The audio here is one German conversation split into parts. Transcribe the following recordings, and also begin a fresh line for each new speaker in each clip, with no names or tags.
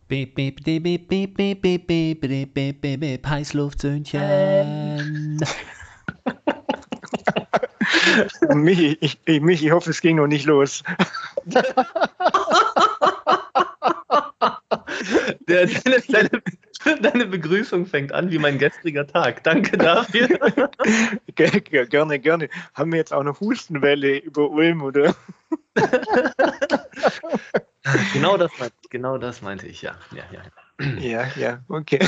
Beep, beep, beep, beep, beep, beep, beep, beep, beep, beep, beep, beep, Heißluftsöhnchen.
Michi, ich hoffe, es ging noch nicht los.
Deine Begrüßung fängt an wie mein gestriger Tag. Danke dafür.
Gerne. Haben wir jetzt auch eine Hustenwelle über Ulm, oder?
Genau das meinte ich, ja.
Ja, okay.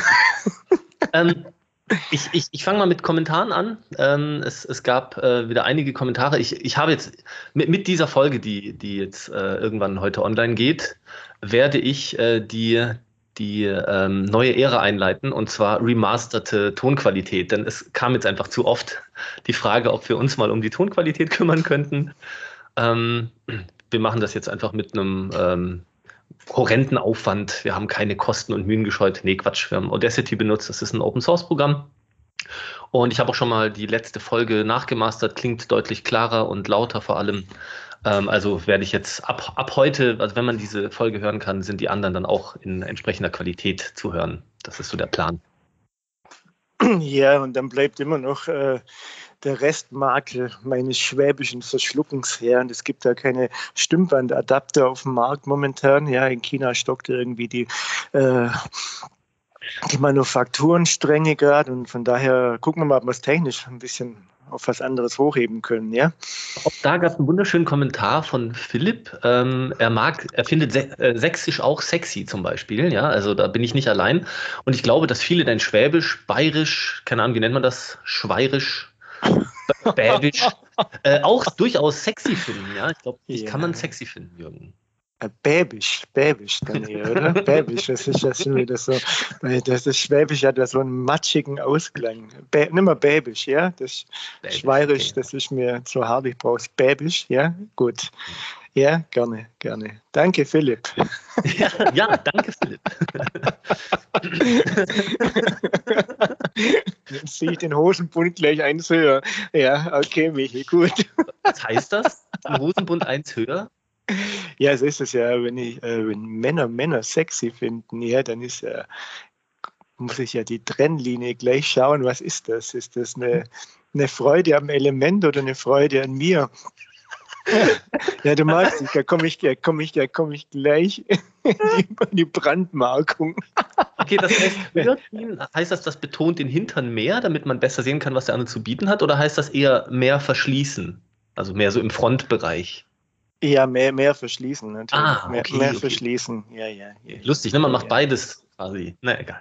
Ich fange mal mit Kommentaren an. Es gab wieder einige Kommentare. Ich habe jetzt mit dieser Folge, die jetzt irgendwann heute online geht, werde ich die neue Ära einleiten, und zwar remasterte Tonqualität. Denn es kam jetzt einfach zu oft die Frage, ob wir uns mal um die Tonqualität kümmern könnten. Wir machen das jetzt einfach mit einem horrenden Aufwand. Wir haben keine Kosten und Mühen gescheut. Nee, Quatsch. Wir haben Audacity benutzt. Das ist ein Open-Source-Programm. Und ich habe auch schon mal die letzte Folge nachgemastert. Klingt deutlich klarer und lauter vor allem. Also werde ich jetzt ab heute, also wenn man diese Folge hören kann, sind die anderen dann auch in entsprechender Qualität zu hören. Das ist so der Plan.
Ja, und dann bleibt immer noch der Restmakel meines schwäbischen Verschluckens her. Und es gibt da keine Stimmbandadapter auf dem Markt momentan. Ja, in China stockt irgendwie die Manufakturenstränge gerade. Und von daher gucken wir mal, ob wir es technisch ein bisschen auf was anderes hochheben können, ja?
Auch da gab es einen wunderschönen Kommentar von Philipp. Er findet Sächsisch auch sexy zum Beispiel. Ja, also da bin ich nicht allein. Und ich glaube, dass viele dein Schwäbisch, Bayerisch, keine Ahnung, wie nennt man das? Schweirisch, Bäbisch, auch durchaus sexy finden. Ja, ich glaube, dich kann man sexy finden, Jürgen.
Bäbisch dann eher, oder? Bäbisch, das ist ja schon wieder so, weil das Schwäbisch hat ja so einen matschigen Ausklang. Nimm mal Bäbisch, ja? Das
Bäbisch,
Schweirisch,
okay.
das ist mir zu hart, ich brauche Bäbisch, ja? Gut. Ja, gerne. Danke, Philipp.
Ja, danke, Philipp.
Jetzt ziehe ich den Hosenbund gleich eins höher. Ja, okay, Michi, gut.
Was heißt das? Den Hosenbund eins höher?
Ja, so ist es ja, wenn Männer sexy finden, ja, dann muss ich ja die Trennlinie gleich schauen, was ist das? Ist das eine Freude am Element oder eine Freude an mir? Ja, du magst dich, da komme ich gleich in die Brandmarkung.
Okay, das heißt, höher ziehen, heißt das betont den Hintern mehr, damit man besser sehen kann, was der andere zu bieten hat? Oder heißt das eher mehr verschließen? Also mehr so im Frontbereich?
Ja, mehr verschließen natürlich.
Ah,
Mehr
okay.
verschließen. Ja.
Lustig, ne? Man macht beides quasi. Na, egal.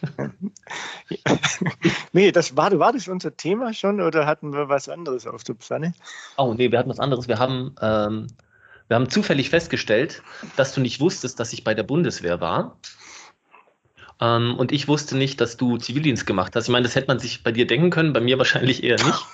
Nee, war das unser Thema schon oder hatten wir was anderes auf der Pfanne?
Oh, nee, wir hatten was anderes. Wir haben zufällig festgestellt, dass du nicht wusstest, dass ich bei der Bundeswehr war. Und ich wusste nicht, dass du Zivildienst gemacht hast. Ich meine, das hätte man sich bei dir denken können, bei mir wahrscheinlich eher nicht.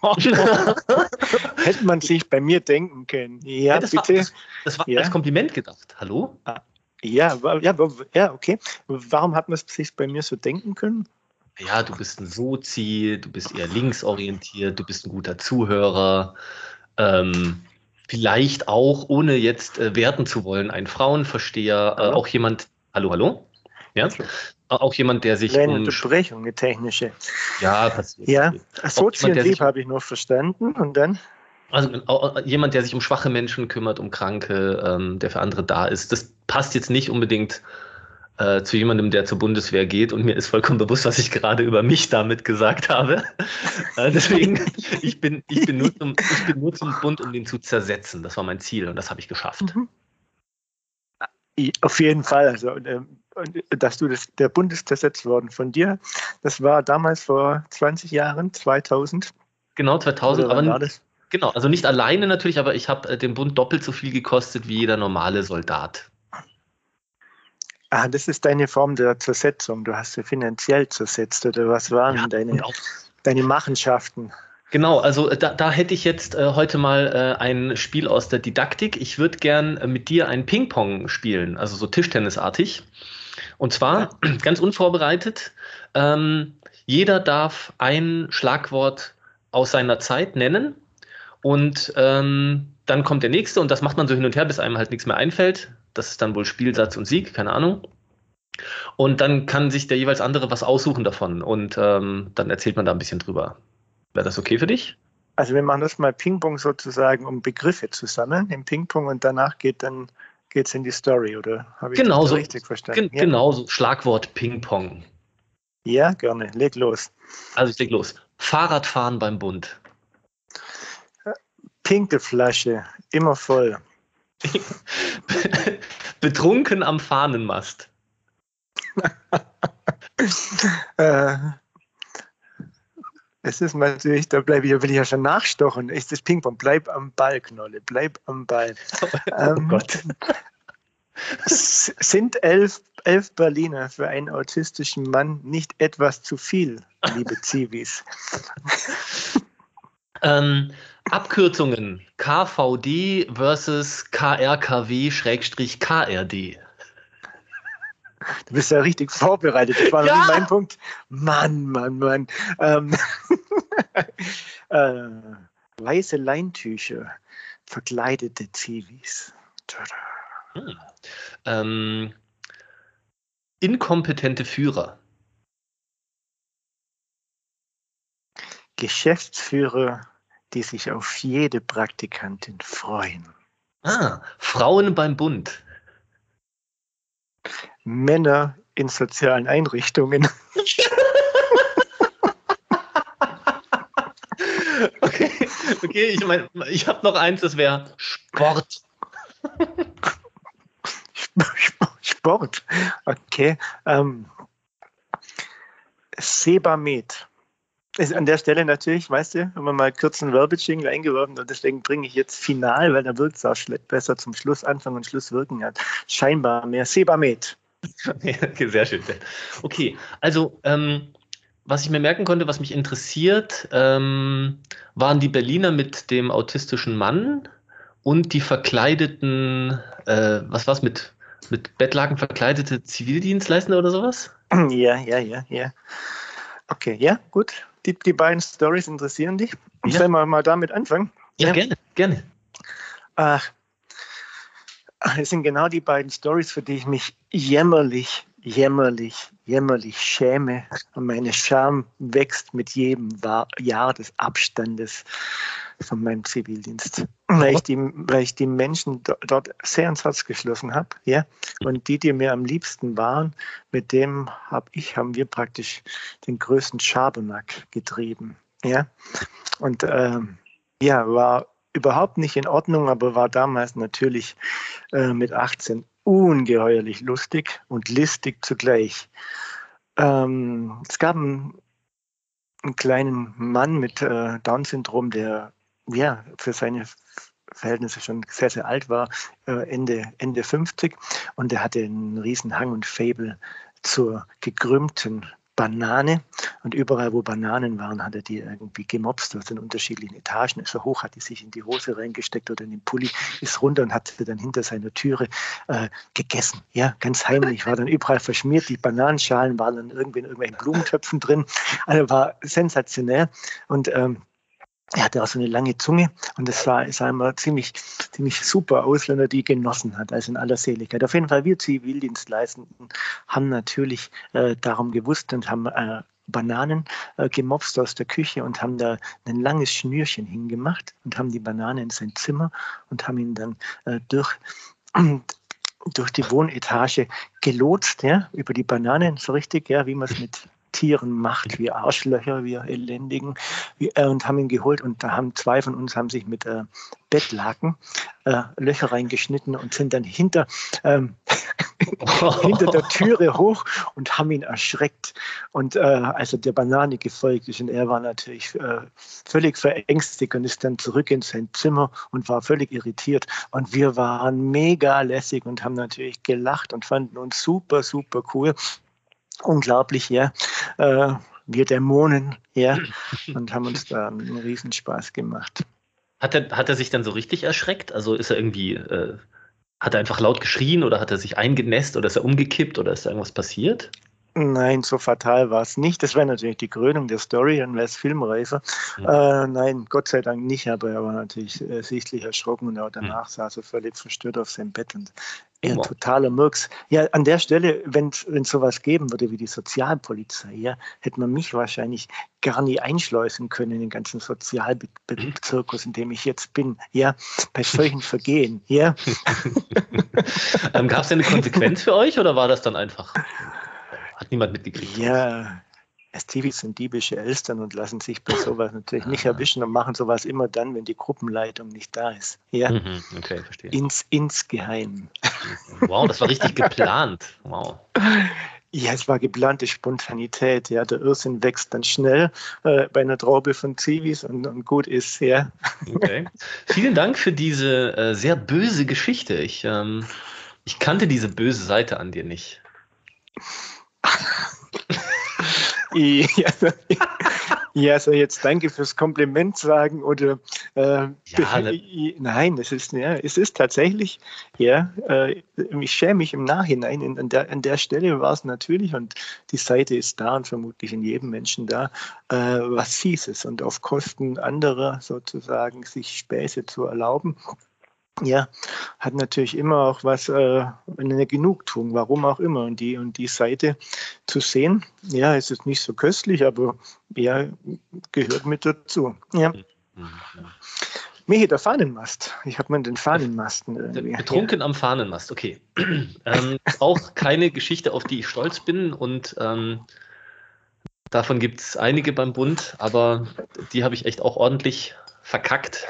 Hätte man sich bei mir denken können. Ja,
das
bitte.
Das war
Ja.
als Kompliment gedacht. Hallo?
Ja, okay. Warum hat man es sich bei mir so denken können?
Ja, du bist ein Sozi, du bist eher linksorientiert, du bist ein guter Zuhörer. Vielleicht auch, ohne jetzt werten zu wollen, ein Frauenversteher,
Hallo?
auch jemand, hallo? Ja? Auch jemand, der sich
Kleine
um,
Unterbrechung, eine technische.
ja, passiert.
Ja,
Auch jemand, der
Sozientrieb
sich
habe ich noch verstanden. Und dann?
Also jemand, der sich um schwache Menschen kümmert, um Kranke, der für andere da ist. Das passt jetzt nicht unbedingt zu jemandem, der zur Bundeswehr geht. Und mir ist vollkommen bewusst, was ich gerade über mich damit gesagt habe. Deswegen, ich bin nur zum Bund, um den zu zersetzen. Das war mein Ziel und das habe ich geschafft.
Mhm. Auf jeden Fall. Also, dass der Bund ist zersetzt worden von dir. Das war damals vor 20 Jahren, 2000.
Genau, 2000.
Oder wann war das?
Genau, also nicht alleine natürlich, aber ich habe den Bund doppelt so viel gekostet wie jeder normale Soldat.
Ah, das ist deine Form der Zersetzung. Du hast sie finanziell zersetzt. Oder was waren deine Machenschaften?
Genau, also da hätte ich jetzt heute mal ein Spiel aus der Didaktik. Ich würde gern mit dir ein Ping-Pong spielen, also so Tischtennisartig. Und zwar ganz unvorbereitet. Jeder darf ein Schlagwort aus seiner Zeit nennen und dann kommt der nächste und das macht man so hin und her, bis einem halt nichts mehr einfällt. Das ist dann wohl Spielsatz und Sieg, keine Ahnung. Und dann kann sich der jeweils andere was aussuchen davon und dann erzählt man da ein bisschen drüber. Wäre das okay für dich?
Also wir machen das mal Ping-Pong sozusagen, um Begriffe zu sammeln im Ping-Pong und danach geht's in die Story, oder habe ich das da
Genauso,
richtig verstanden? Ja?
genauso. Schlagwort Ping-Pong.
Ja, gerne. Leg los.
Also ich leg los. Fahrradfahren beim Bund.
Pinke Flasche, immer voll.
Betrunken am Fahnenmast.
Äh, Es ist natürlich, will ich ja schon nachstochen. Ist das Ping-Pong? Bleib am Ball, Knolle, bleib am Ball.
Oh Gott.
Sind elf Berliner für einen autistischen Mann nicht etwas zu viel, liebe Zivis?
Abkürzungen KVD versus KRKW-KRD.
Du bist ja richtig vorbereitet. Das war noch
Ja!
nie mein Punkt. Mann. Ähm, äh, weiße Leintücher, verkleidete Zivis. Tada.
Inkompetente Führer.
Geschäftsführer, die sich auf jede Praktikantin freuen.
Frauen beim Bund.
Männer in sozialen Einrichtungen.
Okay, ich meine, ich habe noch eins, das wäre Sport.
Sport. Okay. Sebamed. Ist an der Stelle natürlich, weißt du, haben wir mal kurz einen Werbejingle eingeworfen und deswegen bringe ich jetzt final, weil da wirkt es auch besser zum Schluss, Anfang und Schluss wirken hat. Scheinbar mehr Sebamed.
Okay, sehr schön. Okay, also was ich mir merken konnte, was mich interessiert, waren die Berliner mit dem autistischen Mann und die verkleideten, was war's mit Bettlaken verkleidete Zivildienstleister oder sowas?
Ja. Okay, ja, gut. Die beiden Storys interessieren dich.
Ja.
Sollen wir mal damit anfangen?
Ja, gerne.
Es sind genau die beiden Storys, für die ich mich jämmerlich schäme. Und meine Scham wächst mit jedem Jahr des Abstandes von meinem Zivildienst. Weil ich die Menschen dort sehr ins Herz geschlossen habe. Ja? Und die mir am liebsten waren, mit dem haben wir praktisch den größten Schabernack getrieben. Ja? Und war überhaupt nicht in Ordnung, aber war damals natürlich mit 18 ungeheuerlich lustig und listig zugleich. Es gab einen kleinen Mann mit Down-Syndrom, der für seine Verhältnisse schon sehr, sehr alt war, Ende 50, und der hatte einen riesen Hang und Faible zur gekrümmten Banane, und überall, wo Bananen waren, hat er die irgendwie gemopst aus den unterschiedlichen Etagen. So hoch hat die sich in die Hose reingesteckt oder in den Pulli, ist runter und hat sie dann hinter seiner Türe gegessen. Ja, ganz heimlich, war dann überall verschmiert. Die Bananenschalen waren dann irgendwie in irgendwelchen Blumentöpfen drin. Also war sensationell. Und er hatte auch so eine lange Zunge, und das sah immer ziemlich super aus, wenn er die genossen hat, also in aller Seligkeit. Auf jeden Fall, wir Zivildienstleistenden haben natürlich darum gewusst und haben Bananen gemopst aus der Küche und haben da ein langes Schnürchen hingemacht und haben die Banane in sein Zimmer und haben ihn dann durch die Wohnetage gelotst, ja, über die Bananen, so richtig, ja, wie man es mit Tieren macht, wie Arschlöcher, wir Elendigen, und haben ihn geholt, und da haben zwei von uns sich mit Bettlaken Löcher reingeschnitten und sind dann hinter der Türe hoch und haben ihn erschreckt, und als er der Banane gefolgt ist, und er war natürlich völlig verängstigt und ist dann zurück in sein Zimmer und war völlig irritiert, und wir waren mega lässig und haben natürlich gelacht und fanden uns super cool. Unglaublich, ja. Wir Dämonen, ja, und haben uns da einen Riesenspaß gemacht.
Hat er sich dann so richtig erschreckt? Also ist er irgendwie, hat er einfach laut geschrien oder hat er sich eingenässt oder ist er umgekippt oder ist da irgendwas passiert?
Nein, so fatal war es nicht. Das wäre natürlich die Krönung der Story, dann wäre es Filmreifer. Nein, Gott sei Dank nicht, aber er war natürlich sichtlich erschrocken, und auch danach saß er völlig verstört auf seinem Bett und Ja,
Humor.
totaler Murks. Ja, an der Stelle, wenn es sowas geben würde wie die Sozialpolizei, ja, hätte man mich wahrscheinlich gar nie einschleusen können in den ganzen Sozialbezirkus, in dem ich jetzt bin. Ja, bei solchen Vergehen. Ja,
Gab es denn eine Konsequenz für euch oder war das dann einfach? Hat niemand mitgekriegt draus?
ja. Stevie sind diebische Eltern und lassen sich bei sowas natürlich nicht
Ah,
erwischen und machen sowas immer dann, wenn die Gruppenleitung nicht da ist. Ja,
okay, verstehe.
insgeheim.
Wow, das war richtig geplant. Wow.
Ja, es war geplante Spontanität. Ja, der Irrsinn wächst dann schnell bei einer Traube von Zivis und gut ist. Ja.
Okay. Vielen Dank für diese sehr böse Geschichte. Ich kannte diese böse Seite an dir nicht.
Ja, ja, soll ich jetzt danke fürs Kompliment sagen oder
Ja, ne,
nein, es ist tatsächlich, ja, ich schäme mich im Nachhinein. An der Stelle war es natürlich und die Seite ist da und vermutlich in jedem Menschen da, was Fieses und auf Kosten anderer sozusagen sich Späße zu erlauben. Ja, hat natürlich immer auch was, eine Genugtuung, warum auch immer. Und die Seite zu sehen, ja, es ist nicht so köstlich, aber ja, gehört mit dazu. Ja. Michi, der Fahnenmast. Ich habe mal den Fahnenmasten irgendwie. Ja.
betrunken am Fahnenmast, okay. Auch keine Geschichte, auf die ich stolz bin und davon gibt es einige beim Bund, aber die habe ich echt auch ordentlich verkackt.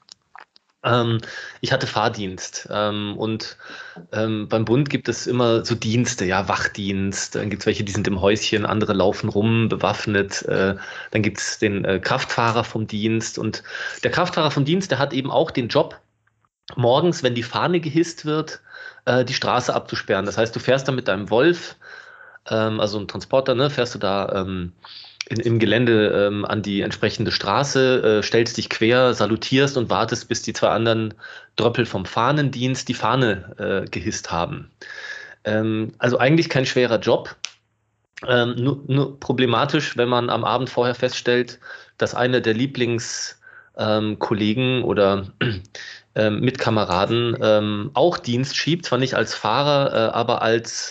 Ich hatte Fahrdienst und beim Bund gibt es immer so Dienste, ja, Wachdienst, dann gibt es welche, die sind im Häuschen, andere laufen rum, bewaffnet, dann gibt es den Kraftfahrer vom Dienst und der Kraftfahrer vom Dienst, der hat eben auch den Job, morgens, wenn die Fahne gehisst wird, die Straße abzusperren. Das heißt, du fährst dann mit deinem Wolf, also ein Transporter, ne, fährst du da im Gelände an die entsprechende Straße, stellst dich quer, salutierst und wartest, bis die zwei anderen Dröppel vom Fahnendienst die Fahne gehisst haben. Also eigentlich kein schwerer Job, nur problematisch, wenn man am Abend vorher feststellt, dass einer der Lieblingskollegen oder Mitkameraden auch Dienst schiebt, zwar nicht als Fahrer, aber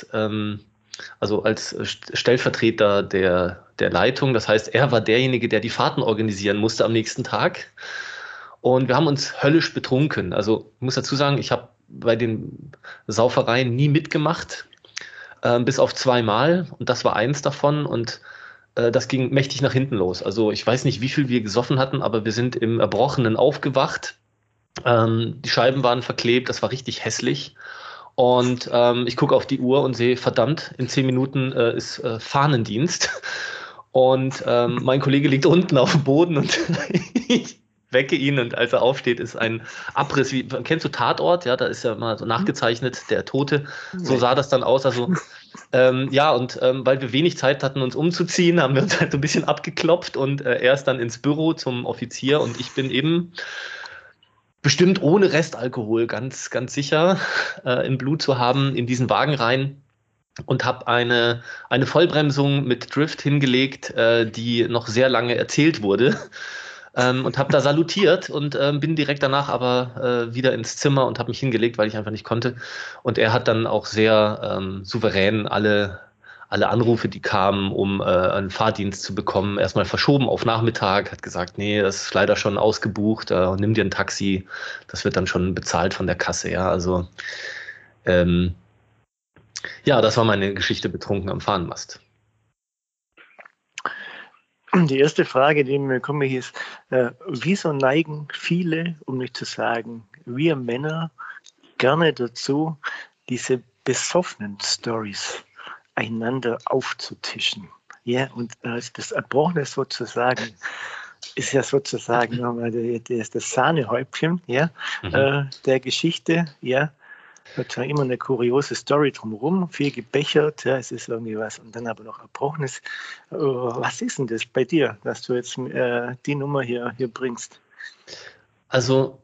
als Stellvertreter der Leitung. Das heißt, er war derjenige, der die Fahrten organisieren musste am nächsten Tag. Und wir haben uns höllisch betrunken. Also ich muss dazu sagen, ich habe bei den Saufereien nie mitgemacht, bis auf zweimal. Und das war eins davon. Und das ging mächtig nach hinten los. Also ich weiß nicht, wie viel wir gesoffen hatten, aber wir sind im Erbrochenen aufgewacht. Die Scheiben waren verklebt, das war richtig hässlich. Und ich gucke auf die Uhr und sehe, verdammt, in 10 Minuten ist Fahnendienst. Und mein Kollege liegt unten auf dem Boden und ich wecke ihn. Und als er aufsteht, ist ein Abriss. Kennst du Tatort? Ja, da ist ja mal so nachgezeichnet, der Tote. So sah das dann aus. Also, ja, und weil wir wenig Zeit hatten, uns umzuziehen, haben wir uns halt so ein bisschen abgeklopft. Und er ist dann ins Büro zum Offizier. Und ich bin eben bestimmt ohne Restalkohol, ganz, ganz sicher, im Blut zu haben, in diesen Wagen rein und habe eine Vollbremsung mit Drift hingelegt, die noch sehr lange erzählt wurde. Und habe da salutiert und bin direkt danach aber wieder ins Zimmer und habe mich hingelegt, weil ich einfach nicht konnte. Und er hat dann auch sehr souverän alle Anrufe, die kamen, um einen Fahrdienst zu bekommen, erstmal verschoben auf Nachmittag, hat gesagt, nee, das ist leider schon ausgebucht, nimm dir ein Taxi, das wird dann schon bezahlt von der Kasse, ja, also ja, das war meine Geschichte betrunken am Fahnenmast.
Die erste Frage, die mir komme, ist, wieso neigen viele, um nicht zu sagen, wir Männer gerne dazu, diese besoffenen Stories einander aufzutischen? Ja, und das Erbrochene sozusagen ist ja sozusagen nochmal das Sahnehäubchen, ja, der Geschichte, ja. Wird ja immer eine kuriose Story drumherum, viel gebechert, ja, es ist irgendwie was und dann aber noch Erbrochenes. Was ist denn das bei dir, dass du jetzt die Nummer hier bringst?
Also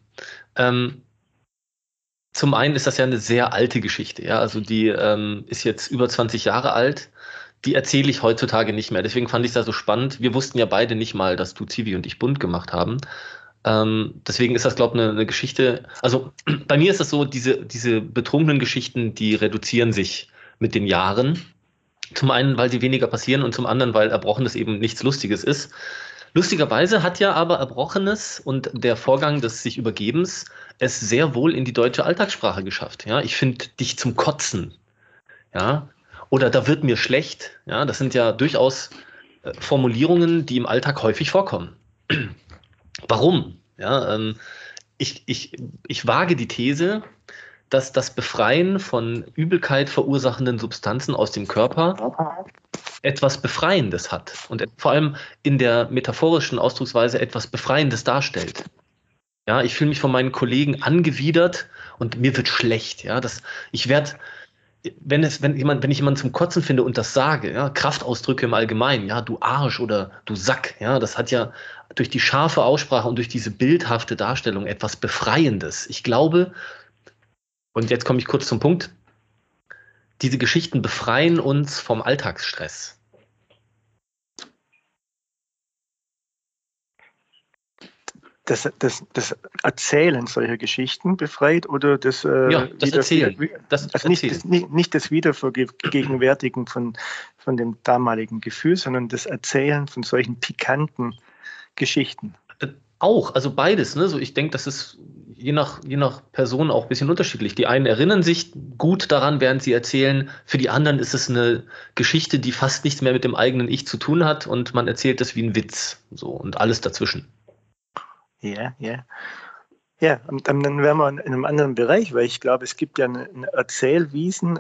zum einen ist das ja eine sehr alte Geschichte, ja, also die ist jetzt über 20 Jahre alt. Die erzähle ich heutzutage nicht mehr. Deswegen fand ich es da so spannend. Wir wussten ja beide nicht mal, dass du Zivi und ich Bund gemacht haben. Deswegen ist das, glaube ich, eine Geschichte. Also bei mir ist es so, diese betrunkenen Geschichten, die reduzieren sich mit den Jahren. Zum einen, weil sie weniger passieren und zum anderen, weil Erbrochenes eben nichts Lustiges ist. Lustigerweise hat ja aber Erbrochenes und der Vorgang des sich Übergebens es sehr wohl in die deutsche Alltagssprache geschafft. Ja, ich finde dich zum Kotzen. Ja, oder da wird mir schlecht. Ja, das sind ja durchaus Formulierungen, die im Alltag häufig vorkommen. Warum? Ja, ich wage die These, dass das Befreien von Übelkeit verursachenden Substanzen aus dem Körper etwas Befreiendes hat und vor allem in der metaphorischen Ausdrucksweise etwas Befreiendes darstellt. Ja, ich fühle mich von meinen Kollegen angewidert und mir wird schlecht. Ja, ich werde, wenn ich jemanden zum Kotzen finde und das sage, ja, Kraftausdrücke im Allgemeinen, ja, du Arsch oder du Sack, ja, das hat ja durch die scharfe Aussprache und durch diese bildhafte Darstellung etwas Befreiendes. Ich glaube, und jetzt komme ich kurz zum Punkt, diese Geschichten befreien uns vom Alltagsstress.
Das Erzählen solcher Geschichten befreit oder das,
das Erzählen.
Also nicht das Wiedervergegenwärtigen von dem damaligen Gefühl, sondern das Erzählen von solchen pikanten Geschichten.
Auch, also beides. Ne? So, ich denke, das ist je nach Person auch ein bisschen unterschiedlich. Die einen erinnern sich gut daran, während sie erzählen. Für die anderen ist es eine Geschichte, die fast nichts mehr mit dem eigenen Ich zu tun hat und man erzählt das wie ein Witz. So, und alles dazwischen.
Ja, ja. Ja, und dann wären wir in einem anderen Bereich, weil ich glaube, es gibt ja eine Erzählweisen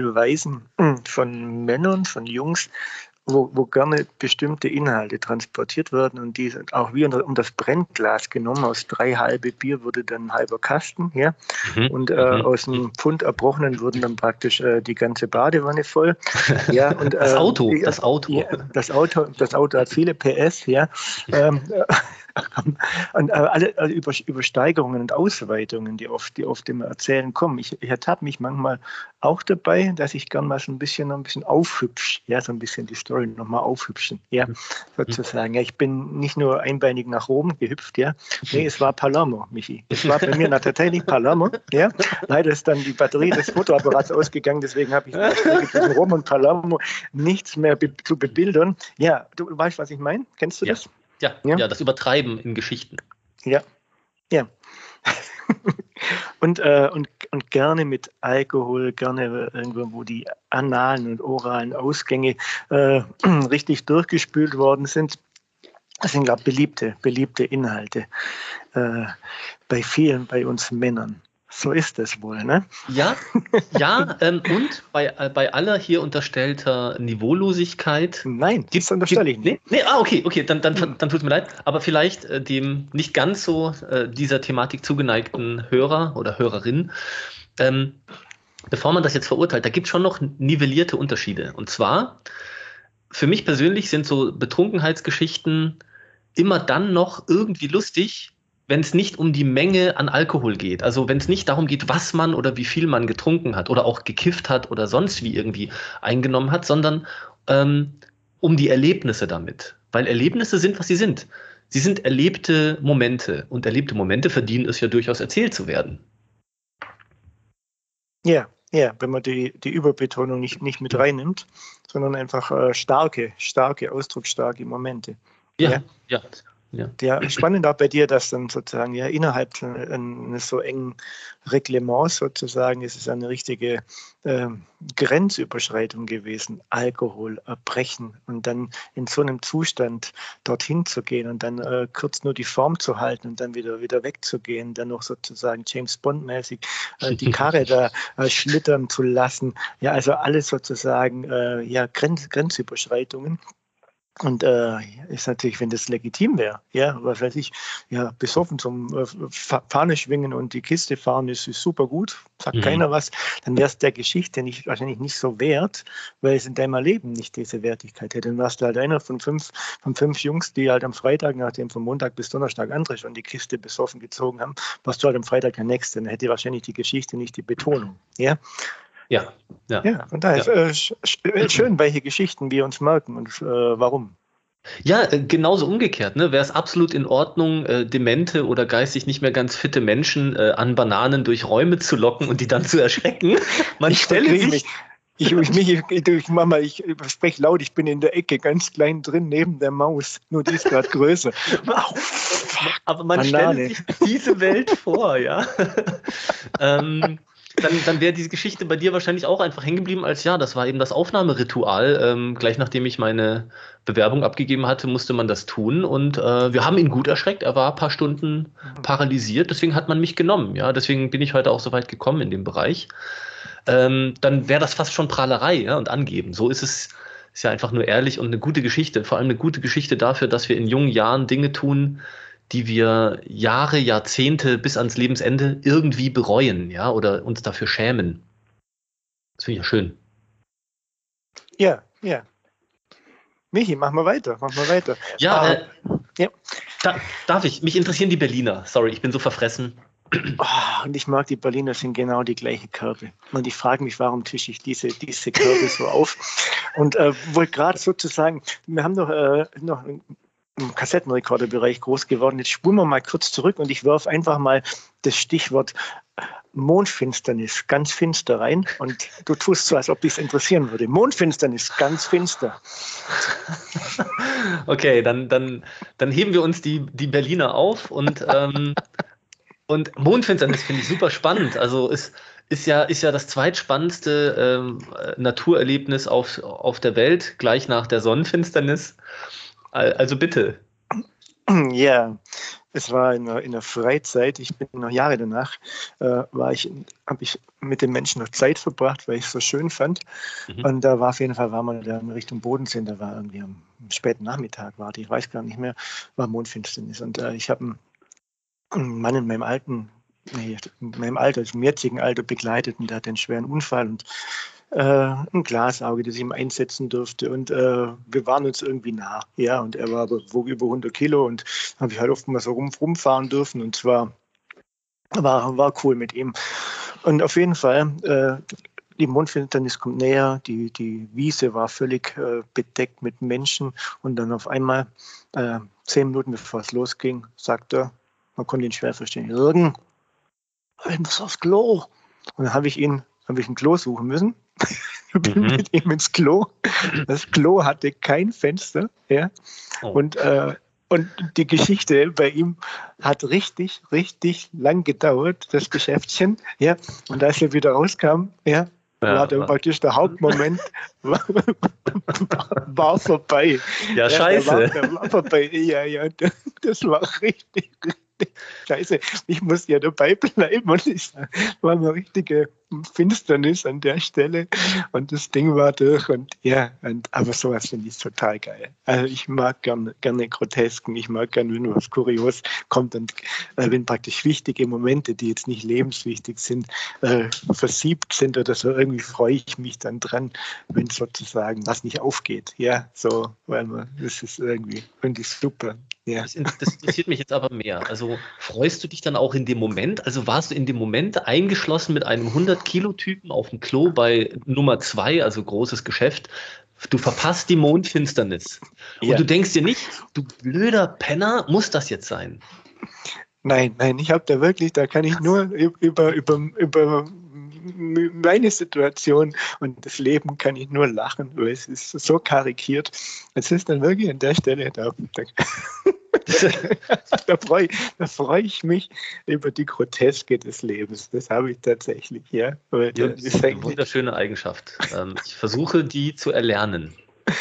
von Männern, von Jungs, wo gerne bestimmte Inhalte transportiert werden und die sind auch wie um das Brennglas genommen. Aus 3 halbe Bier wurde dann ein halber Kasten, ja. Und aus einem Pfund Erbrochenen wurden dann praktisch die ganze Badewanne voll. Ja, und,
das Auto.
Ja, das Auto hat viele PS, ja. Und alle Übersteigerungen und Ausweitungen, die oft im Erzählen kommen. Ich ertappe mich manchmal auch dabei, dass ich gern mal so ein bisschen aufhübsche, ja, so ein bisschen die Story nochmal aufhübschen, ja, sozusagen. Ja, ich bin nicht nur einbeinig nach Rom gehüpft, ja. Nee, es war Palermo, Michi. Es war bei mir tatsächlich Palermo, ja. Leider ist dann die Batterie des Fotoapparats ausgegangen, deswegen habe ich zwischen Rom und Palermo nichts mehr zu bebildern. Ja, du weißt, was ich meine? Kennst du das?
Ja, das Übertreiben in Geschichten.
Ja. und gerne mit Alkohol, gerne irgendwo, wo die analen und oralen Ausgänge richtig durchgespült worden sind. Das sind, glaube ich, beliebte Inhalte bei uns Männern. So ist es wohl, ne?
Ja, und bei aller hier unterstellter Niveaulosigkeit.
Nein, das unterstelle ich nicht.
Nee, okay, dann tut es mir leid. Aber vielleicht dem nicht ganz so dieser Thematik zugeneigten Hörer oder Hörerin, bevor man das jetzt verurteilt, da gibt es schon noch nivellierte Unterschiede. Und zwar, für mich persönlich sind so Betrunkenheitsgeschichten immer dann noch irgendwie lustig, wenn es nicht um die Menge an Alkohol geht. Also wenn es nicht darum geht, was man oder wie viel man getrunken hat oder auch gekifft hat oder sonst wie irgendwie eingenommen hat, sondern um die Erlebnisse damit. Weil Erlebnisse sind, was sie sind. Sie sind erlebte Momente und erlebte Momente verdienen es ja durchaus erzählt zu werden.
Ja, wenn man die Überbetonung nicht mit reinnimmt, sondern einfach starke, ausdrucksstarke Momente.
Ja.
Ja, spannend auch bei dir, dass dann sozusagen ja innerhalb eines so engen Reglements sozusagen ist es eine richtige Grenzüberschreitung gewesen, Alkohol, Erbrechen und dann in so einem Zustand dorthin zu gehen und dann kurz nur die Form zu halten und dann wieder wegzugehen, dann noch sozusagen James Bond-mäßig die Karre da schlittern zu lassen. Ja, also alles sozusagen Grenzüberschreitungen. Und ist natürlich, wenn das legitim wäre, ja, was weiß ich, ja, besoffen zum Fahne schwingen und die Kiste fahren ist super gut, sagt keiner was, dann wäre es der Geschichte wahrscheinlich nicht so wert, weil es in deinem Leben nicht diese Wertigkeit hätte. Dann warst du halt einer von fünf Jungs, die halt am Freitag, nachdem von Montag bis Donnerstag andere schon die Kiste besoffen gezogen haben, warst du halt am Freitag der Nächste. Dann hätte wahrscheinlich die Geschichte nicht die Betonung, ja.
Ja,
von daher ist schön, welche Geschichten wir uns merken und warum.
Ja, genauso umgekehrt, ne? Wäre es absolut in Ordnung, demente oder geistig nicht mehr ganz fitte Menschen an Bananen durch Räume zu locken und die dann zu erschrecken. Man
Ich
stelle
verkriege
sich.
mich. Ich Mama, ich spreche laut, ich bin in der Ecke ganz klein drin, neben der Maus. Nur die ist gerade größer. Au, fuck,
Aber man stelle
Banane.
sich diese Welt vor, ja. Dann wäre diese Geschichte bei dir wahrscheinlich auch einfach hängen geblieben als ja, das war eben das Aufnahmeritual. Gleich nachdem ich meine Bewerbung abgegeben hatte, musste man das tun und wir haben ihn gut erschreckt. Er war ein paar Stunden paralysiert, deswegen hat man mich genommen. Ja, deswegen bin ich heute auch so weit gekommen in dem Bereich. Dann wäre das fast schon Prahlerei, ja, und angeben. So ist es, ist ja einfach nur ehrlich und eine gute Geschichte. Vor allem eine gute Geschichte dafür, dass wir in jungen Jahren Dinge tun, die wir Jahre, Jahrzehnte bis ans Lebensende irgendwie bereuen, ja, oder uns dafür schämen. Das finde ich ja schön.
Ja, ja. Michi, mach mal weiter, mach mal weiter.
Ja,
Ja.
darf ich? Mich interessieren die Berliner. Sorry, ich bin so verfressen.
Und ich mag die Berliner, sind genau die gleiche Körbe. Und ich frage mich, warum tische ich diese Körbe so auf? Und wollte gerade sozusagen, wir haben noch im Kassettenrekorderbereich groß geworden. Jetzt spulen wir mal kurz zurück und ich werfe einfach mal das Stichwort Mondfinsternis ganz finster rein und du tust so, als ob dich es interessieren würde. Mondfinsternis ganz finster.
Okay, dann heben wir uns die Berliner auf und Mondfinsternis finde ich super spannend. Also ist ja das zweitspannendste Naturerlebnis auf der Welt, gleich nach der Sonnenfinsternis. Also bitte.
Ja, es war in der Freizeit. Ich bin noch Jahre danach, habe ich mit den Menschen noch Zeit verbracht, weil ich es so schön fand.
Mhm.
Und da war auf jeden Fall, war man da in Richtung Bodensee, da war irgendwie am späten Nachmittag, ich weiß gar nicht mehr, war Mondfinsternis. Und ich habe einen Mann in meinem im jetzigen Alter begleitet und der hatte einen schweren Unfall und ein Glasauge, das ich ihm einsetzen durfte. Und wir waren uns irgendwie nah. Ja, und er wog über 100 Kilo und habe ich halt oft mal so rumfahren dürfen. Und zwar war cool mit ihm. Und auf jeden Fall, die Mondfinsternis kommt näher, die Wiese war völlig bedeckt mit Menschen. Und dann auf einmal, 10 Minuten bevor es losging, sagt er, man konnte ihn schwer verstehen, Jürgen, ich muss aufs Klo. Und dann habe ich ein Klo suchen müssen. Bin mit ihm ins Klo. Das Klo hatte kein Fenster. Ja.
Oh.
Und die Geschichte bei ihm hat richtig, richtig lang gedauert, das Geschäftchen. Ja. Und als er wieder rauskam, ja, war dann praktisch der Hauptmoment war vorbei.
Ja, scheiße.
Der war vorbei. Ja, das war richtig scheiße. Ich muss ja dabei bleiben und es war eine richtige Finsternis an der Stelle und das Ding war durch und ja, aber sowas finde ich total geil. Also ich mag gerne Grotesken, ich mag gerne, wenn was kurios kommt und wenn praktisch wichtige Momente, die jetzt nicht lebenswichtig sind, versiebt sind oder so, irgendwie freue ich mich dann dran, wenn sozusagen was nicht aufgeht. Ja, so, das ist irgendwie, finde ich super. Ja.
Das interessiert mich jetzt aber mehr. Also freust du dich dann auch in dem Moment? Also warst du in dem Moment eingeschlossen mit einem 100-Kilo-Typen auf dem Klo bei Nummer 2, also großes Geschäft? Du verpasst die Mondfinsternis.
Ja.
Und du denkst dir nicht, du blöder Penner, muss das jetzt sein?
Nein, ich habe da kann ich nur über meine Situation und das Leben kann ich nur lachen, weil es ist so karikiert. Es ist dann wirklich an der Stelle, da freu ich mich über die Groteske des Lebens. Das habe ich tatsächlich, ja.
Ja, das ist eine wunderschöne Eigenschaft. Ich versuche, die zu erlernen.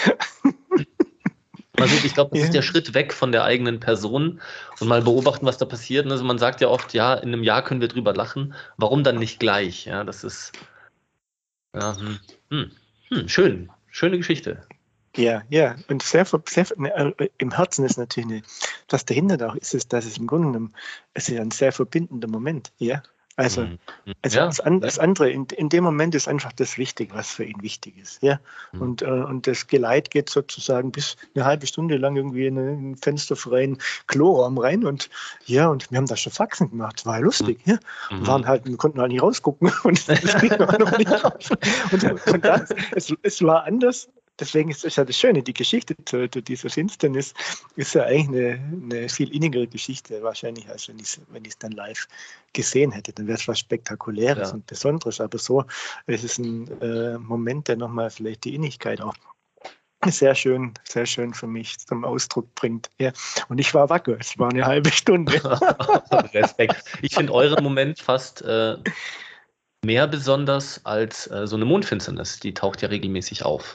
Also ich glaube, das ist der Schritt weg von der eigenen Person und mal beobachten, was da passiert. Also man sagt ja oft, ja, in einem Jahr können wir drüber lachen. Warum dann nicht gleich? Ja, das ist ja, schön. Schöne Geschichte.
Ja. Und im Herzen ist natürlich was dahinter auch ist, dass es im Grunde genommen, es ist ein sehr verbindender Moment, ja. Also das andere, in dem Moment ist einfach das wichtig, was für ihn wichtig ist. Ja? Und das Geleit geht sozusagen bis eine halbe Stunde lang irgendwie in einen fensterfreien Kloraum rein und wir haben da schon Faxen gemacht, war lustig. Ja? Wir konnten halt nicht rausgucken und das ging auch noch nicht raus. Und das, es war anders. deswegen ist ja das Schöne, die Geschichte zu dieser Finsternis ist ja eigentlich eine viel innigere Geschichte wahrscheinlich, als wenn ich es dann live gesehen hätte. Dann wäre es was Spektakuläres und Besonderes, aber so ist es ein Moment, der nochmal vielleicht die Innigkeit auch sehr schön für mich zum Ausdruck bringt. Ja. Und ich war wacker, es war eine halbe Stunde.
Respekt. Ich finde euren Moment fast mehr besonders als so eine Mondfinsternis. Die taucht ja regelmäßig auf.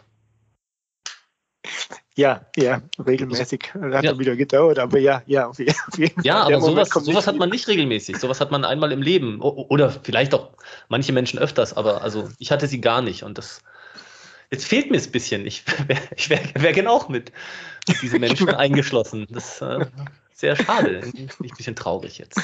Ja, regelmäßig. Hat er wieder gedauert, aber ja, auf jeden Fall.
Ja, aber sowas hat man nicht regelmäßig. Sowas hat man einmal im Leben. Oder vielleicht auch manche Menschen öfters, aber also ich hatte sie gar nicht. Und jetzt fehlt mir es ein bisschen. Ich wär gern auch mit diesen Menschen eingeschlossen. Das ist sehr schade. Bin ich ein bisschen traurig jetzt.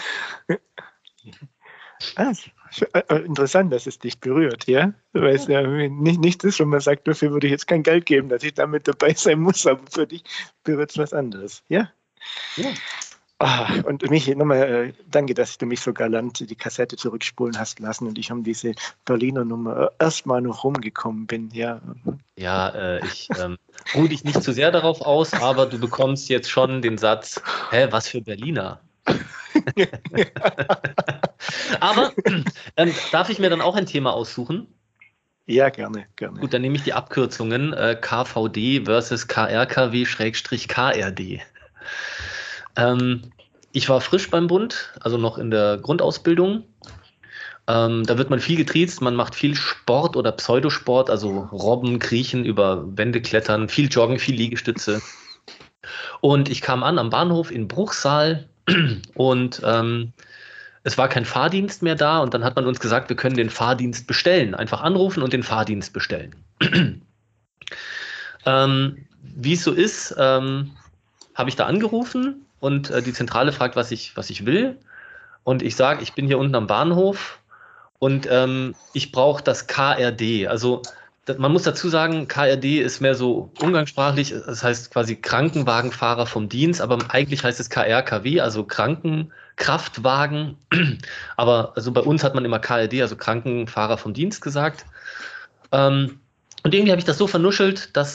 Interessant, dass es dich berührt, ja? Weil es ja nicht ist, wenn man sagt, dafür würde ich jetzt kein Geld geben, dass ich damit dabei sein muss, aber für dich berührt es was anderes, ja?
Ja.
Und Michi, nochmal danke, dass du mich so galant die Kassette zurückspulen hast lassen und ich um diese Berliner Nummer erstmal noch rumgekommen bin, ja.
Ja, ich ruhe dich nicht zu sehr darauf aus, aber du bekommst jetzt schon den Satz, was für Berliner? Aber darf ich mir dann auch ein Thema aussuchen?
Ja, gerne.
Gut, dann nehme ich die Abkürzungen KVD versus KRKW-KRD. Ich war frisch beim Bund, also noch in der Grundausbildung. Da wird man viel getriezt, man macht viel Sport oder Pseudosport, also Robben, Kriechen, über Wände klettern, viel Joggen, viel Liegestütze. Und ich kam an am Bahnhof in Bruchsal und es war kein Fahrdienst mehr da und dann hat man uns gesagt, wir können den Fahrdienst bestellen. Einfach anrufen und den Fahrdienst bestellen. Wie es so ist, habe ich da angerufen und die Zentrale fragt, was ich will. Und ich sage, ich bin hier unten am Bahnhof und ich brauche das KRD. Also man muss dazu sagen, KRD ist mehr so umgangssprachlich, das heißt quasi Krankenwagenfahrer vom Dienst, aber eigentlich heißt es KRKW, also Krankenkraftwagen. Aber also bei uns hat man immer KRD, also Krankenfahrer vom Dienst gesagt. Und irgendwie habe ich das so vernuschelt, dass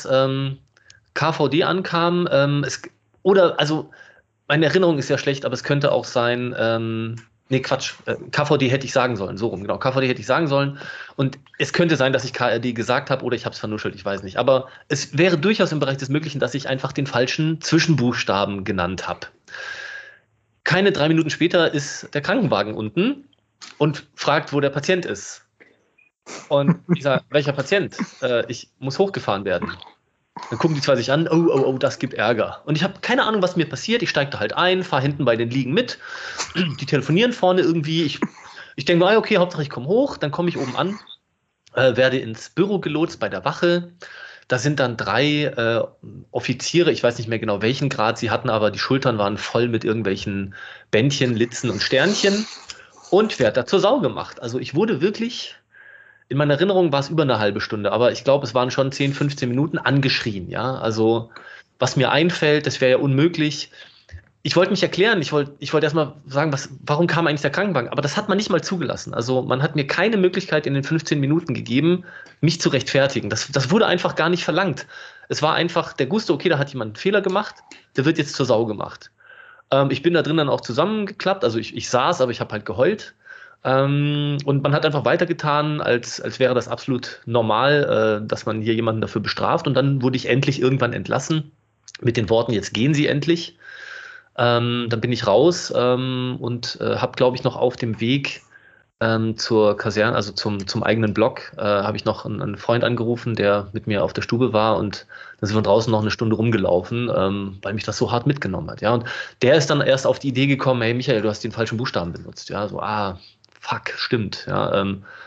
KVD ankam. Also meine Erinnerung ist ja schlecht, aber es könnte auch sein, nee, Quatsch, KVD hätte ich sagen sollen, so rum, genau, KVD hätte ich sagen sollen. Und es könnte sein, dass ich KRD gesagt habe oder ich habe es vernuschelt, ich weiß nicht. Aber es wäre durchaus im Bereich des Möglichen, dass ich einfach den falschen Zwischenbuchstaben genannt habe. Keine 3 Minuten später ist der Krankenwagen unten und fragt, wo der Patient ist. Und ich sage, welcher Patient? Ich muss hochgefahren werden. Dann gucken die zwei sich an, oh, das gibt Ärger. Und ich habe keine Ahnung, was mir passiert. Ich steige da halt ein, fahre hinten bei den Liegen mit. Die telefonieren vorne irgendwie. Ich denke mir, okay, Hauptsache ich komme hoch. Dann komme ich oben an, werde ins Büro gelotst bei der Wache. Da sind dann 3 Offiziere, ich weiß nicht mehr genau, welchen Grad sie hatten, aber die Schultern waren voll mit irgendwelchen Bändchen, Litzen und Sternchen und werde da zur Sau gemacht. Also ich wurde wirklich... In meiner Erinnerung war es über eine halbe Stunde, aber ich glaube, es waren schon 10, 15 Minuten angeschrien, ja. Also, was mir einfällt, das wäre ja unmöglich. Ich wollte mich erklären, ich wollte erstmal sagen, warum kam eigentlich der Krankenwagen? Aber das hat man nicht mal zugelassen. Also, man hat mir keine Möglichkeit in den 15 Minuten gegeben, mich zu rechtfertigen. Das wurde einfach gar nicht verlangt. Es war einfach, der wusste, okay, da hat jemand einen Fehler gemacht, der wird jetzt zur Sau gemacht. Ich bin da drin dann auch zusammengeklappt, also ich saß, aber ich habe halt geheult. Und man hat einfach weitergetan, als wäre das absolut normal, dass man hier jemanden dafür bestraft. Und dann wurde ich endlich irgendwann entlassen mit den Worten, jetzt gehen Sie endlich. Dann bin ich raus und habe, glaube ich, noch auf dem Weg zur Kaserne, also zum eigenen Block, habe ich noch einen Freund angerufen, der mit mir auf der Stube war und dann sind wir draußen noch eine Stunde rumgelaufen, weil mich das so hart mitgenommen hat. Ja, und der ist dann erst auf die Idee gekommen, hey Michael, du hast den falschen Buchstaben benutzt. Ja, so, fuck, stimmt. Ja,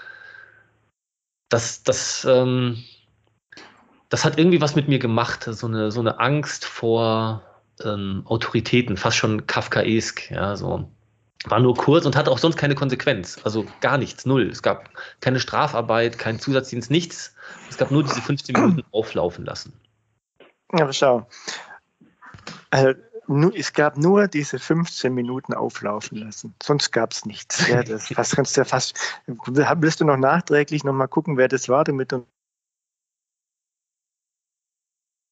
das hat irgendwie was mit mir gemacht, so eine Angst vor Autoritäten, fast schon kafkaesk. Ja, so. War nur kurz und hatte auch sonst keine Konsequenz. Also gar nichts, null. Es gab keine Strafarbeit, keinen Zusatzdienst, nichts. Es gab nur diese 15 Minuten auflaufen lassen.
Ja, aber schau. Es gab nur diese 15 Minuten auflaufen lassen. Sonst gab es nichts. Ja, willst du noch nachträglich noch mal gucken, wer das war, damit du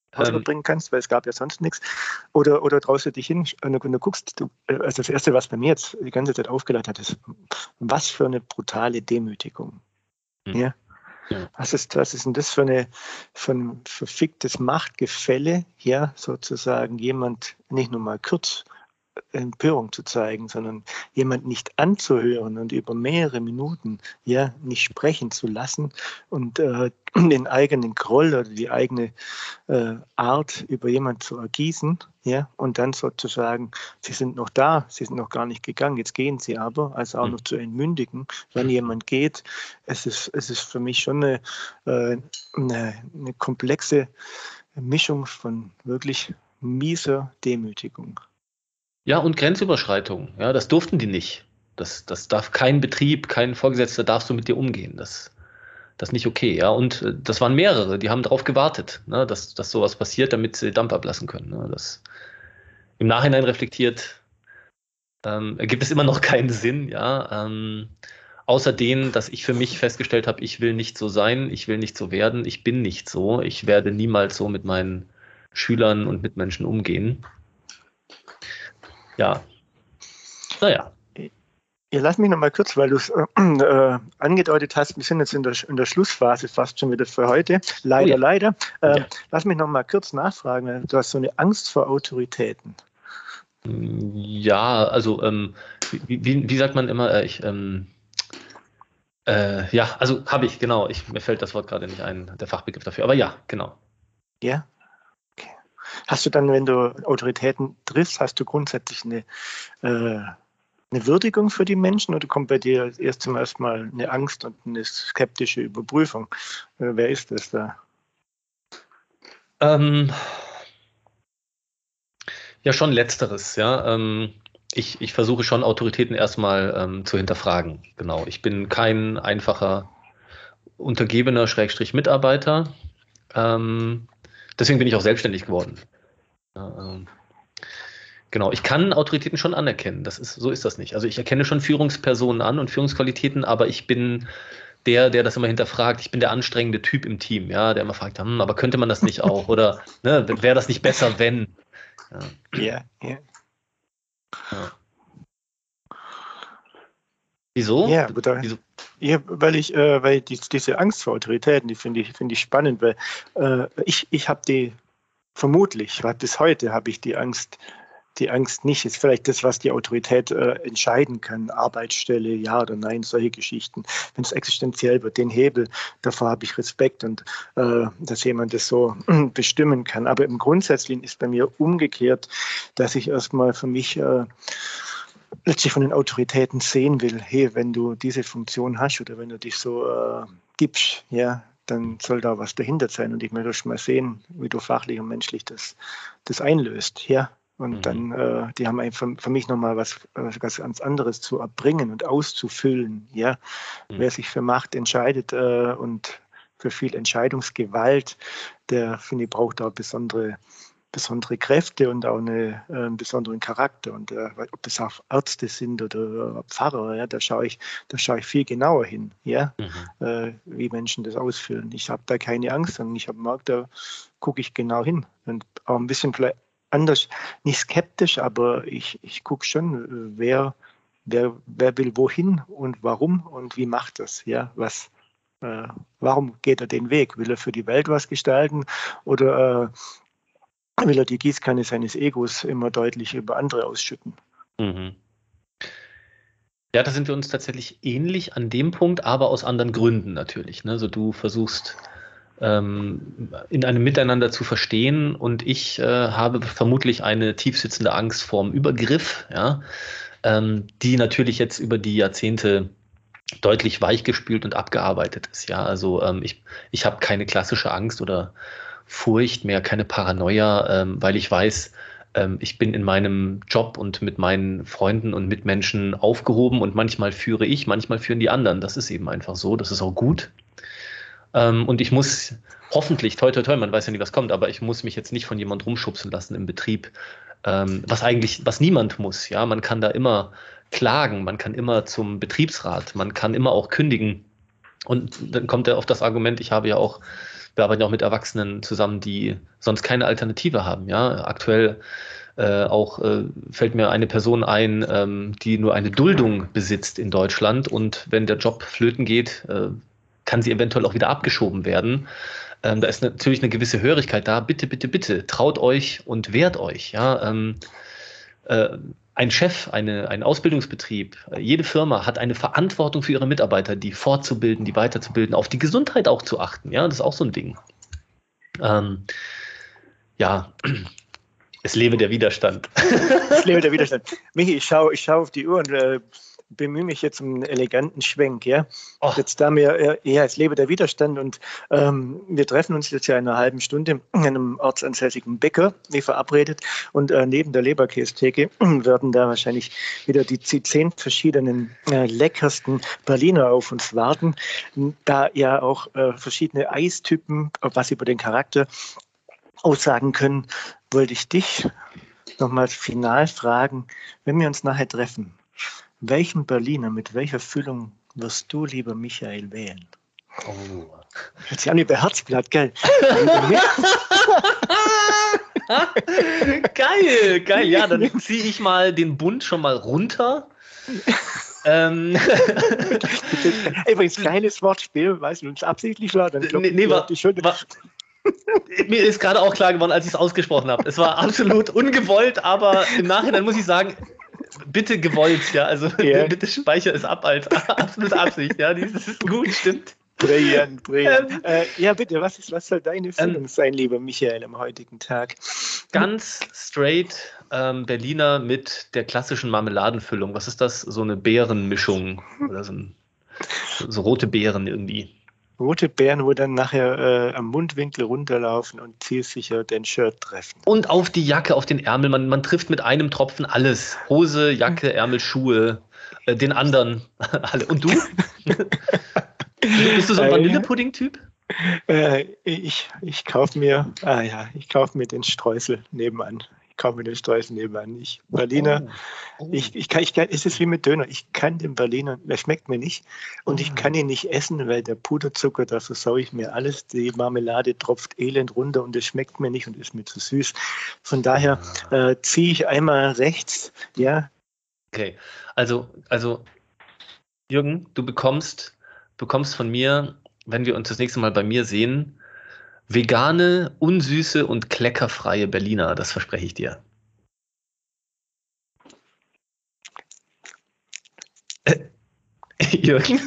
Haus
Ähm,
verbringen kannst, weil es gab ja sonst nichts. Oder traust du dich hin und du guckst, also das Erste, was bei mir jetzt die ganze Zeit aufgeleitet hat, ist, was für eine brutale Demütigung.
hm,
Ja?
ja.
Was ist denn das für ein verficktes Machtgefälle, ja, sozusagen jemand nicht nur mal kurz Empörung zu zeigen, sondern jemand nicht anzuhören und über mehrere Minuten ja nicht sprechen zu lassen und den eigenen Groll oder die eigene Art über jemand zu ergießen, ja, und dann sozusagen, sie sind noch da, sie sind noch gar nicht gegangen, jetzt gehen sie aber, also auch
Hm.
noch zu entmündigen, wenn jemand geht. Es ist für mich schon eine komplexe Mischung von wirklich mieser Demütigung.
Ja, und Grenzüberschreitung, ja, das durften die nicht. Das darf kein Betrieb, kein Vorgesetzter darf so mit dir umgehen. Das ist nicht okay, ja. Und das waren mehrere, die haben darauf gewartet, ne, dass sowas passiert, damit sie Dampf ablassen können. Ne. Das im Nachhinein reflektiert ergibt es immer noch keinen Sinn, ja. Außer den, dass ich für mich festgestellt habe, ich will nicht so sein, ich will nicht so werden, ich bin nicht so, ich werde niemals so mit meinen Schülern und Mitmenschen umgehen. Ja, naja.
Ja, lass mich noch mal kurz, weil du es angedeutet hast, wir sind jetzt in der Schlussphase fast schon wieder für heute.
Oh ja,
Leider, leider.
ja.
Lass mich noch mal kurz nachfragen. Du hast so eine Angst vor Autoritäten.
Ja, also wie sagt man immer, ja, also habe ich, genau. Mir fällt das Wort gerade nicht ein, der Fachbegriff dafür. Aber ja, genau.
Ja? Okay. Hast du dann, wenn du Autoritäten triffst, hast du grundsätzlich eine Würdigung für die Menschen oder kommt bei dir erst zum ersten Mal eine Angst und eine skeptische Überprüfung? Wer ist das da?
Ähm, ja, schon letzteres, ja. Ich versuche schon Autoritäten erstmal zu hinterfragen. Genau. Ich bin kein einfacher Untergebener, Schrägstrich Mitarbeiter. Ähm, deswegen bin ich auch selbstständig geworden. Ja, genau, ich kann Autoritäten schon anerkennen. So ist das nicht. Also ich erkenne schon Führungspersonen an und Führungsqualitäten, aber ich bin der das immer hinterfragt. Ich bin der anstrengende Typ im Team, ja, der immer fragt, aber könnte man das nicht auch? Oder ne, wäre das nicht besser, wenn? Ja,
Ja, ja.
ja. Wieso?
Ja, aber da,
Wieso?
ja, weil diese Angst vor Autoritäten, die finde ich spannend, weil ich habe die vermutlich, weil bis heute habe ich die Angst nicht. Ist vielleicht das, was die Autorität entscheiden kann, Arbeitsstelle, ja oder nein, solche Geschichten. Wenn es existenziell wird, den Hebel, davor habe ich Respekt und dass jemand das so bestimmen kann. Aber im Grundsätzlichen ist bei mir umgekehrt, dass ich erstmal für mich letztlich von den Autoritäten sehen will, hey, wenn du diese Funktion hast oder wenn du dich so gibst, ja, dann soll da was dahinter sein. Und ich möchte schon mal sehen, wie du fachlich und menschlich das einlöst. Ja. Und
Mhm.
dann, die haben einfach für mich nochmal was ganz anderes zu erbringen und auszufüllen. Ja.
Mhm.
Wer sich für Macht entscheidet und für viel Entscheidungsgewalt, der, finde ich, braucht da besondere Kräfte und auch einen besonderen Charakter. Und ob das auch Ärzte sind oder Pfarrer, ja, da schaue ich viel genauer hin, ja,
Mhm.
wie Menschen das ausführen. Ich habe da keine Angst und ich habe gemerkt, da gucke ich genau hin. Und auch ein bisschen vielleicht anders, nicht skeptisch, aber ich gucke schon, wer will wohin und warum und wie macht das, ja, warum geht er den Weg? Will er für die Welt was gestalten oder will er die Gießkanne seines Egos immer deutlich über andere ausschütten?
Mhm. Ja, da sind wir uns tatsächlich ähnlich an dem Punkt, aber aus anderen Gründen natürlich. Ne? Also du versuchst in einem Miteinander zu verstehen und ich habe vermutlich eine tiefsitzende Angst vorm Übergriff, ja? Die natürlich jetzt über die Jahrzehnte deutlich weichgespült und abgearbeitet ist. Ja, also ich habe keine klassische Angst oder Furcht mehr, keine Paranoia, weil ich weiß, ich bin in meinem Job und mit meinen Freunden und Mitmenschen aufgehoben und manchmal führe ich, manchmal führen die anderen. Das ist eben einfach so. Das ist auch gut. Und ich muss hoffentlich, toi, toi, toi, man weiß ja nie, was kommt, aber ich muss mich jetzt nicht von jemand rumschubsen lassen im Betrieb, was niemand muss. Ja, man kann da immer klagen, man kann immer zum Betriebsrat, man kann immer auch kündigen. Und dann kommt er auf das Argument, ich habe ja auch wir arbeiten auch mit Erwachsenen zusammen, die sonst keine Alternative haben. Ja, aktuell fällt mir eine Person ein, die nur eine Duldung besitzt in Deutschland, und wenn der Job flöten geht, kann sie eventuell auch wieder abgeschoben werden. Da ist natürlich eine gewisse Hörigkeit da. Bitte, bitte, bitte, traut euch und wehrt euch. Ja? Ein Chef, ein Ausbildungsbetrieb, jede Firma hat eine Verantwortung für ihre Mitarbeiter, die fortzubilden, die weiterzubilden, auf die Gesundheit auch zu achten. Ja, das ist auch so ein Ding. Ja, es lebe der Widerstand.
Es lebe der Widerstand. Michi, ich schau auf die Uhr und bemühe mich jetzt um einen eleganten Schwenk. Ja?
Oh.
Jetzt da mir, es lebe der Widerstand, und wir treffen uns jetzt ja in einer halben Stunde in einem ortsansässigen Bäcker, wie verabredet, und neben der Leberkästheke werden da wahrscheinlich wieder die 10 verschiedenen leckersten Berliner auf uns warten, da ja auch verschiedene Eistypen was über den Charakter aussagen können, wollte ich dich nochmal final fragen, wenn wir uns nachher treffen, welchen Berliner mit welcher Füllung wirst du, lieber Michael, wählen?
Oh.
Hört sich an wie bei Herzblatt, gell?
Geil. Ja, dann ziehe ich mal den Bund schon mal runter.
Übrigens, kleines Wortspiel, weißt du, wenn es absichtlich war, dann
mir ist gerade auch klar geworden, als ich es ausgesprochen habe. Es war absolut ungewollt, aber im Nachhinein muss ich sagen, bitte gewollt, ja. Also bitte speicher es ab als absolute Absicht, ja. Das ist gut, stimmt.
Brillant. Ja, bitte, was soll deine Füllung sein, lieber Michael, am heutigen Tag?
Ganz straight Berliner mit der klassischen Marmeladenfüllung. Was ist das? So eine Beerenmischung oder so rote Beeren irgendwie.
Rote Beeren, wo dann nachher am Mundwinkel runterlaufen und zielsicher den Shirt treffen.
Und auf die Jacke, auf den Ärmel. Man trifft mit einem Tropfen alles. Hose, Jacke, Ärmel, Schuhe, den anderen. Alle. Und du? Bist du so ein Vanillepudding-Typ?
Ich kaufe mir den Streusel nebenan. Ich Berliner, es ist wie mit Döner. Ich kann den Berliner, der schmeckt mir nicht. Und ich kann ihn nicht essen, weil der Puderzucker, da versaue ich mir alles. Die Marmelade tropft elend runter und es schmeckt mir nicht und ist mir zu süß. Von daher ziehe ich einmal rechts, ja.
Okay, also Jürgen, du bekommst von mir, wenn wir uns das nächste Mal bei mir sehen, vegane, unsüße und kleckerfreie Berliner, das verspreche ich dir. Jürgen?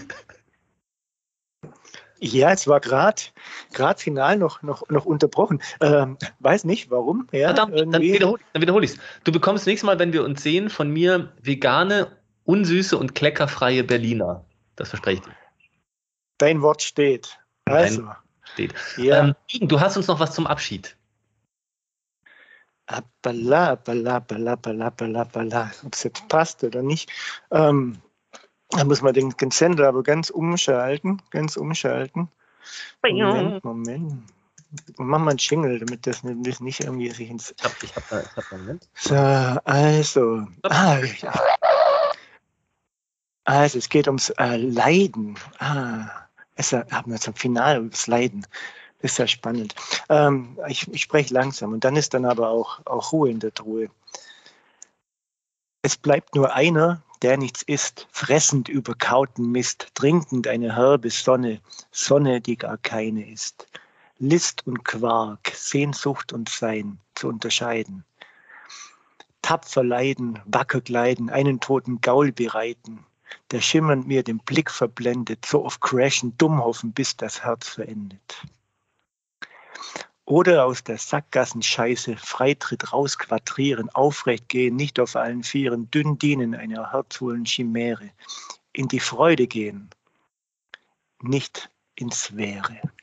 Ja, es war gerade final noch unterbrochen. Weiß nicht, warum. Ja,
verdammt, dann wiederhole ich es. Du bekommst nächstes Mal, wenn wir uns sehen, von mir vegane, unsüße und kleckerfreie Berliner. Das verspreche ich dir.
Dein Wort steht. Also.
Steht.
Ja.
Du hast uns noch was zum Abschied.
Balla. Ob es jetzt passt oder nicht. Da muss man den Sender aber ganz umschalten. Moment. Mach mal einen Jingle, damit das nicht irgendwie sich ins...
Ich hab da Moment.
So, also. Also, es geht ums Leiden. Haben wir zum Finale ums Leiden. Das ist ja spannend. Ich spreche langsam und dann ist dann aber auch Ruhe in der Truhe. Es bleibt nur einer, der nichts isst, fressend überkauten Mist, trinkend eine herbe Sonne, die gar keine ist. List und Quark, Sehnsucht und Sein zu unterscheiden. Tapfer leiden, wacker gleiten, einen toten Gaul bereiten, der schimmernd mir den Blick verblendet, so oft crashen, dumm hoffen, bis das Herz verendet. Oder aus der Sackgassenscheiße Freitritt rausquadrieren, aufrecht gehen, nicht auf allen Vieren, dünn dienen einer herzhohlen Chimäre, in die Freude gehen, nicht ins Wäre.